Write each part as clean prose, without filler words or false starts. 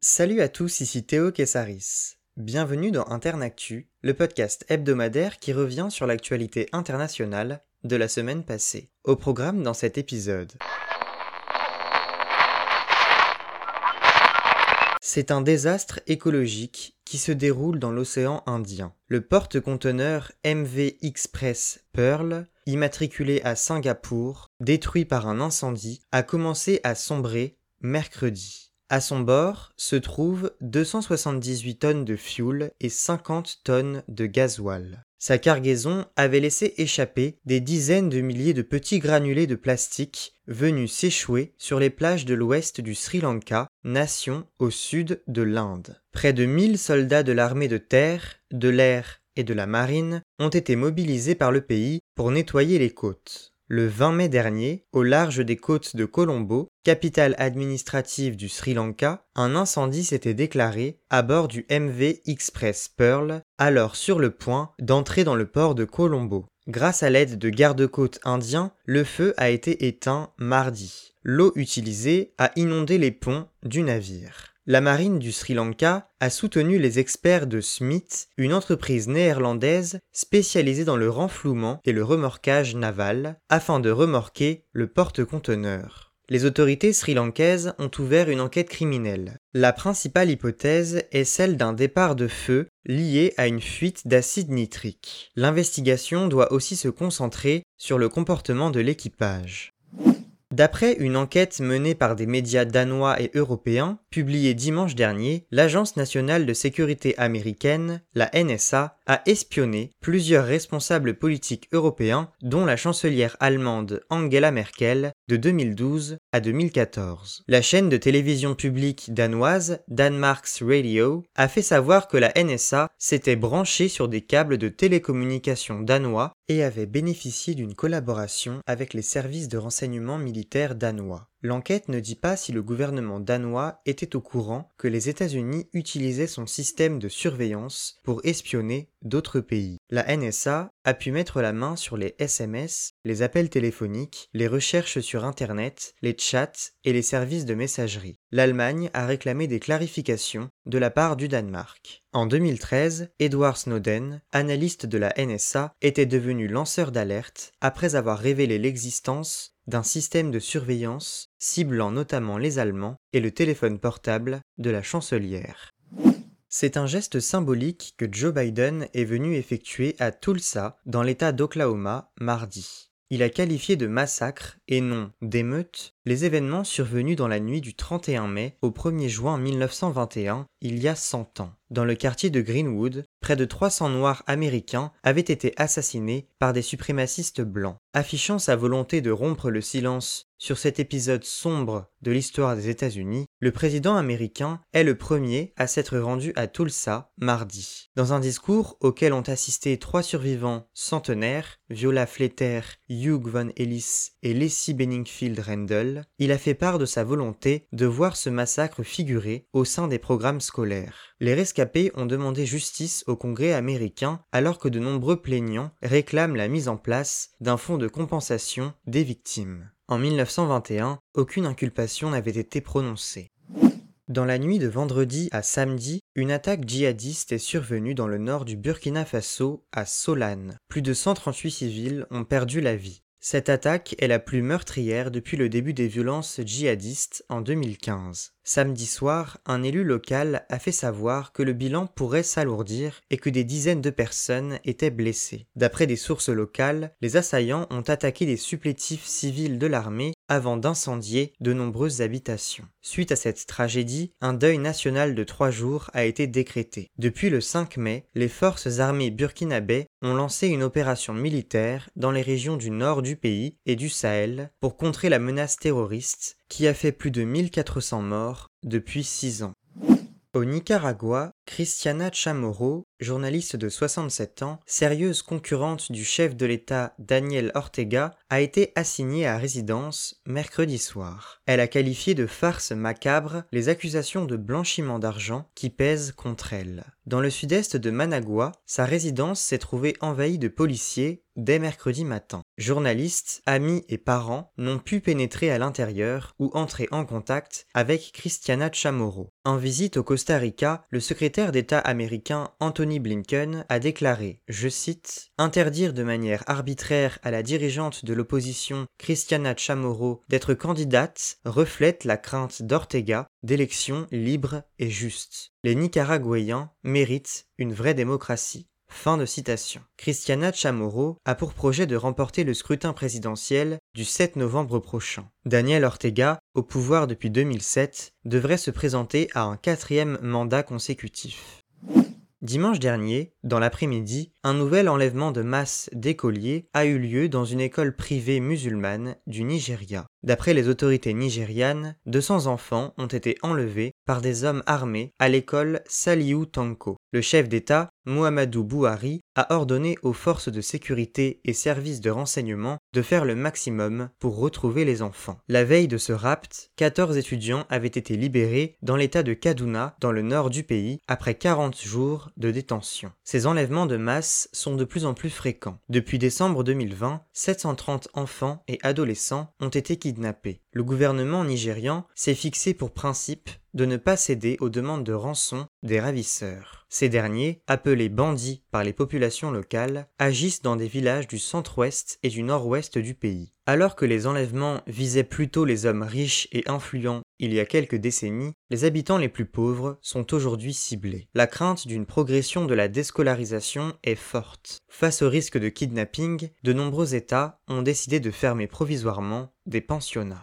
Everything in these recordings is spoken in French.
Salut à tous, ici Théo Kessaris. Bienvenue dans Internactu, le podcast hebdomadaire qui revient sur l'actualité internationale de la semaine passée. Au programme dans cet épisode. C'est un désastre écologique qui se déroule dans l'océan Indien. Le porte-conteneur MV Express Pearl, immatriculé à Singapour, détruit par un incendie, a commencé à sombrer mercredi. À son bord se trouvent 278 tonnes de fioul et 50 tonnes de gasoil. Sa cargaison avait laissé échapper des dizaines de milliers de petits granulés de plastique venus s'échouer sur les plages de l'ouest du Sri Lanka, nation au sud de l'Inde. Près de 1000 soldats de l'armée de terre, de l'air et de la marine ont été mobilisés par le pays pour nettoyer les côtes. Le 20 mai dernier, au large des côtes de Colombo, capitale administrative du Sri Lanka, un incendie s'était déclaré à bord du MV Express Pearl, alors sur le point d'entrer dans le port de Colombo. Grâce à l'aide de garde-côtes indiens, le feu a été éteint mardi. L'eau utilisée a inondé les ponts du navire. La marine du Sri Lanka a soutenu les experts de Smith, une entreprise néerlandaise spécialisée dans le renflouement et le remorquage naval, afin de remorquer le porte-conteneur. Les autorités sri-lankaises ont ouvert une enquête criminelle. La principale hypothèse est celle d'un départ de feu lié à une fuite d'acide nitrique. L'investigation doit aussi se concentrer sur le comportement de l'équipage. D'après une enquête menée par des médias danois et européens, publiée dimanche dernier, l'Agence nationale de sécurité américaine, la NSA, a espionné plusieurs responsables politiques européens, dont la chancelière allemande Angela Merkel, de 2012 à 2014. La chaîne de télévision publique danoise, Danmarks Radio, a fait savoir que la NSA s'était branchée sur des câbles de télécommunications danois et avait bénéficié d'une collaboration avec les services de renseignement militaires danois. L'enquête ne dit pas si le gouvernement danois était au courant que les États-Unis utilisaient son système de surveillance pour espionner d'autres pays. La NSA a pu mettre la main sur les SMS, les appels téléphoniques, les recherches sur Internet, les chats et les services de messagerie. L'Allemagne a réclamé des clarifications de la part du Danemark. En 2013, Edward Snowden, analyste de la NSA, était devenu lanceur d'alerte après avoir révélé l'existence d'un système de surveillance ciblant notamment les Allemands et le téléphone portable de la chancelière. C'est un geste symbolique que Joe Biden est venu effectuer à Tulsa, dans l'État d'Oklahoma, mardi. Il a qualifié de massacre et non d'émeute les événements survenus dans la nuit du 31 mai au 1er juin 1921, il y a 100 ans. Dans le quartier de Greenwood, près de 300 Noirs américains avaient été assassinés par des suprémacistes blancs. Affichant sa volonté de rompre le silence sur cet épisode sombre de l'histoire des États-Unis, le président américain est le premier à s'être rendu à Tulsa mardi. Dans un discours auquel ont assisté 3 survivants centenaires, Viola Fletter, Hugh Von Ellis et Lacey Benningfield Randall, il a fait part de sa volonté de voir ce massacre figurer au sein des programmes scolaires. Les rescapés ont demandé justice au Congrès américain alors que de nombreux plaignants réclament la mise en place d'un fonds de compensation des victimes. En 1921, aucune inculpation n'avait été prononcée. Dans la nuit de vendredi à samedi, une attaque djihadiste est survenue dans le nord du Burkina Faso, à Solane. Plus de 138 civils ont perdu la vie. Cette attaque est la plus meurtrière depuis le début des violences djihadistes en 2015. Samedi soir, un élu local a fait savoir que le bilan pourrait s'alourdir et que des dizaines de personnes étaient blessées. D'après des sources locales, les assaillants ont attaqué des supplétifs civils de l'armée avant d'incendier de nombreuses habitations. Suite à cette tragédie, un deuil national de 3 jours a été décrété. Depuis le 5 mai, les forces armées burkinabais ont lancé une opération militaire dans les régions du nord du pays et du Sahel pour contrer la menace terroriste qui a fait plus de 1400 morts depuis 6 ans. Au Nicaragua, Cristiana Chamorro, journaliste de 67 ans, sérieuse concurrente du chef de l'État Daniel Ortega, a été assignée à résidence mercredi soir. Elle a qualifié de farce macabre les accusations de blanchiment d'argent qui pèsent contre elle. Dans le sud-est de Managua, sa résidence s'est trouvée envahie de policiers dès mercredi matin. Journalistes, amis et parents n'ont pu pénétrer à l'intérieur ou entrer en contact avec Christiana Chamorro. En visite au Costa Rica, le secrétaire d'État américain Anthony Blinken a déclaré, je cite, « Interdire de manière arbitraire à la dirigeante de l'opposition Christiana Chamorro d'être candidate reflète la crainte d'Ortega d'élections libres et justes. Les Nicaraguayens méritent une vraie démocratie. » Fin de citation. Christiana Chamorro a pour projet de remporter le scrutin présidentiel du 7 novembre prochain. Daniel Ortega, au pouvoir depuis 2007, devrait se présenter à un 4e mandat consécutif. Dimanche dernier, dans l'après-midi, un nouvel enlèvement de masse d'écoliers a eu lieu dans une école privée musulmane du Nigeria. D'après les autorités nigérianes, 200 enfants ont été enlevés par des hommes armés à l'école Saliu Tanko. Le chef d'État, Muhammadu Buhari, a ordonné aux forces de sécurité et services de renseignement de faire le maximum pour retrouver les enfants. La veille de ce rapt, 14 étudiants avaient été libérés dans l'état de Kaduna, dans le nord du pays, après 40 jours de détention. Ces enlèvements de masse sont de plus en plus fréquents. Depuis décembre 2020, 730 enfants et adolescents ont été kidnappés. Le gouvernement nigérian s'est fixé pour principe de ne pas céder aux demandes de rançon des ravisseurs. Ces derniers, appelés bandits par les populations locales, agissent dans des villages du centre-ouest et du nord-ouest du pays. Alors que les enlèvements visaient plutôt les hommes riches et influents il y a quelques décennies, les habitants les plus pauvres sont aujourd'hui ciblés. La crainte d'une progression de la déscolarisation est forte. Face au risque de kidnapping, de nombreux États ont décidé de fermer provisoirement des pensionnats.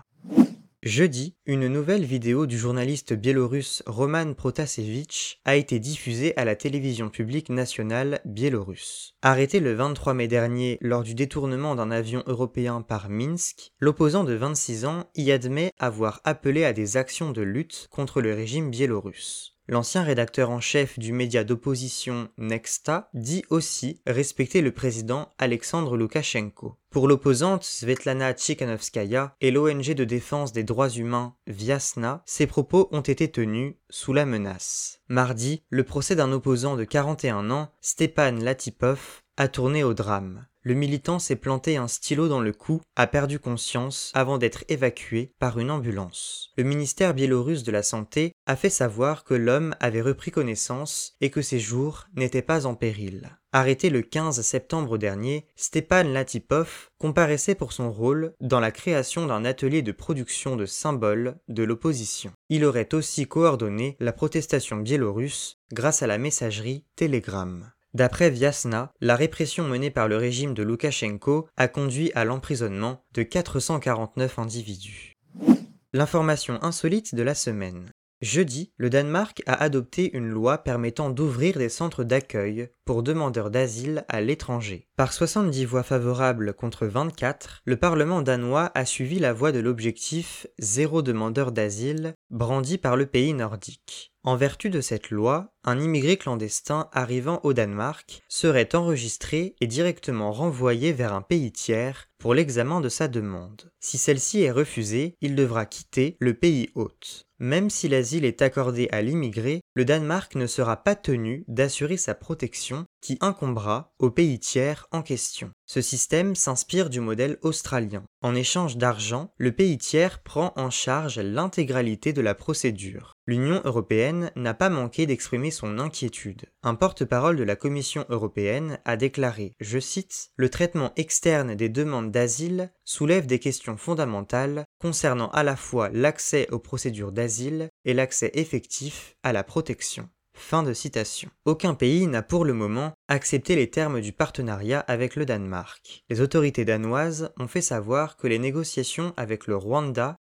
Jeudi, une nouvelle vidéo du journaliste biélorusse Roman Protasevich a été diffusée à la télévision publique nationale biélorusse. Arrêté le 23 mai dernier lors du détournement d'un avion européen par Minsk, l'opposant de 26 ans y admet avoir appelé à des actions de lutte contre le régime biélorusse. L'ancien rédacteur en chef du média d'opposition Nexta dit aussi respecter le président Alexandre Loukachenko. Pour l'opposante Svetlana Tsikhanovskaya et l'ONG de défense des droits humains Viasna, ces propos ont été tenus sous la menace. Mardi, le procès d'un opposant de 41 ans, Stepan Latipov, a tourné au drame. Le militant s'est planté un stylo dans le cou, a perdu conscience avant d'être évacué par une ambulance. Le ministère biélorusse de la Santé a fait savoir que l'homme avait repris connaissance et que ses jours n'étaient pas en péril. Arrêté le 15 septembre dernier, Stepan Latipov comparaissait pour son rôle dans la création d'un atelier de production de symboles de l'opposition. Il aurait aussi coordonné la protestation biélorusse grâce à la messagerie Telegram. D'après Viasna, la répression menée par le régime de Loukachenko a conduit à l'emprisonnement de 449 individus. L'information insolite de la semaine. Jeudi, le Danemark a adopté une loi permettant d'ouvrir des centres d'accueil pour demandeurs d'asile à l'étranger. Par 70 voix favorables contre 24, le Parlement danois a suivi la voie de l'objectif « zéro demandeur d'asile » brandi par le pays nordique. En vertu de cette loi, un immigré clandestin arrivant au Danemark serait enregistré et directement renvoyé vers un pays tiers pour l'examen de sa demande. Si celle-ci est refusée, il devra quitter le pays hôte. Même si l'asile est accordé à l'immigré, le Danemark ne sera pas tenu d'assurer sa protection qui incombera au pays tiers en question. Ce système s'inspire du modèle australien. En échange d'argent, le pays tiers prend en charge l'intégralité de la procédure. L'Union européenne n'a pas manqué d'exprimer son inquiétude. Un porte-parole de la Commission européenne a déclaré, je cite, « Le traitement externe des demandes d'asile soulève des questions fondamentales concernant à la fois l'accès aux procédures d'asile et l'accès effectif à la protection. » Fin de citation. Aucun pays n'a pour le moment accepté les termes du partenariat avec le Danemark. Les autorités danoises ont fait savoir que les négociations avec le Rwanda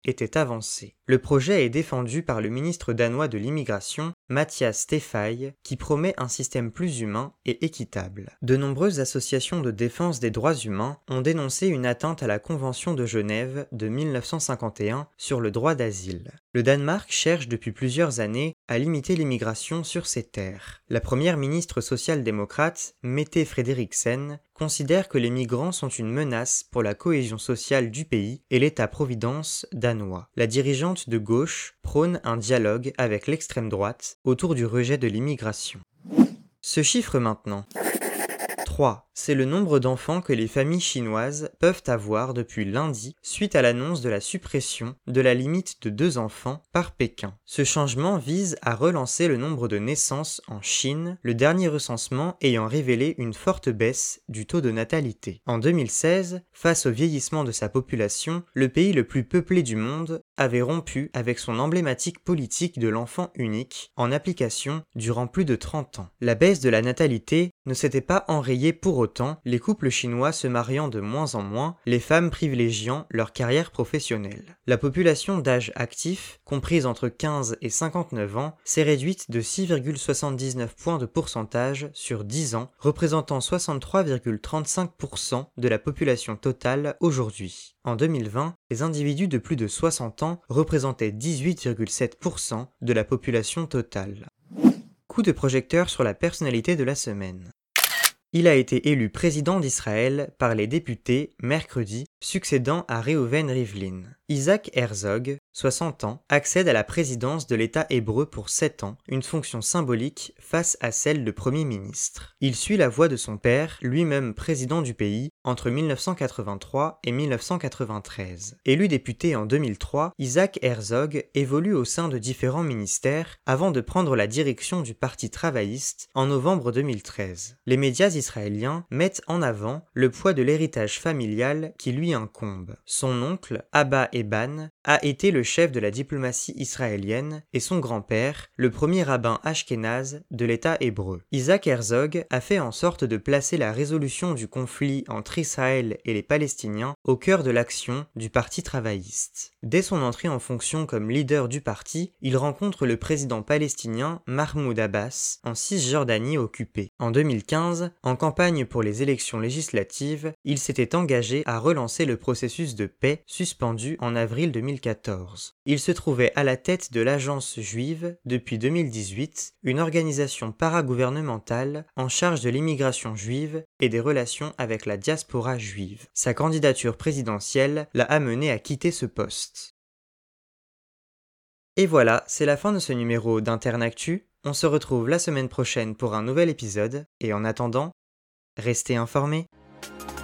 était avancée. Le projet est défendu par le ministre danois de l'immigration, Mathias Stefay, qui promet un système plus humain et équitable. De nombreuses associations de défense des droits humains ont dénoncé une atteinte à la Convention de Genève de 1951 sur le droit d'asile. Le Danemark cherche depuis plusieurs années à limiter l'immigration sur ses terres. La première ministre social-démocrate, Mette Frederiksen, considère que les migrants sont une menace pour la cohésion sociale du pays et l'État-providence danois. La dirigeante de gauche prône un dialogue avec l'extrême droite autour du rejet de l'immigration. Ce chiffre maintenant. 3. C'est le nombre d'enfants que les familles chinoises peuvent avoir depuis lundi suite à l'annonce de la suppression de la limite de 2 enfants par Pékin. Ce changement vise à relancer le nombre de naissances en Chine, le dernier recensement ayant révélé une forte baisse du taux de natalité. En 2016, face au vieillissement de sa population, le pays le plus peuplé du monde avait rompu avec son emblématique politique de l'enfant unique en application durant plus de 30 ans. La baisse de la natalité ne s'était pas enrayée pour autant, les couples chinois se mariant de moins en moins, les femmes privilégiant leur carrière professionnelle. La population d'âge actif, comprise entre 15 et 59 ans, s'est réduite de 6,79 points de pourcentage sur 10 ans, représentant 63,35% de la population totale aujourd'hui. En 2020, les individus de plus de 60 ans représentaient 18,7% de la population totale. Coup de projecteur sur la personnalité de la semaine. Il a été élu président d'Israël par les députés mercredi, succédant à Reuven Rivlin. Isaac Herzog, 60 ans, accède à la présidence de l'État hébreu pour 7 ans, une fonction symbolique face à celle de Premier ministre. Il suit la voie de son père, lui-même président du pays, entre 1983 et 1993. Élu député en 2003, Isaac Herzog évolue au sein de différents ministères avant de prendre la direction du Parti travailliste en novembre 2013. Les médias israéliens mettent en avant le poids de l'héritage familial qui lui incombe. Son oncle, Abba Eban, a été le chef de la diplomatie israélienne et son grand-père, le premier rabbin ashkénaze de l'État hébreu. Isaac Herzog a fait en sorte de placer la résolution du conflit entre Israël et les Palestiniens au cœur de l'action du Parti travailliste. Dès son entrée en fonction comme leader du parti, il rencontre le président palestinien Mahmoud Abbas en Cisjordanie occupée. En 2015, en campagne pour les élections législatives, il s'était engagé à relancer le processus de paix suspendu en avril 2014. Il se trouvait à la tête de l'Agence juive depuis 2018, une organisation paragouvernementale en charge de l'immigration juive et des relations avec la diaspora juive. Sa candidature présidentielle l'a amené à quitter ce poste. Et voilà, c'est la fin de ce numéro d'Internactu. On se retrouve la semaine prochaine pour un nouvel épisode, et en attendant, restez informés.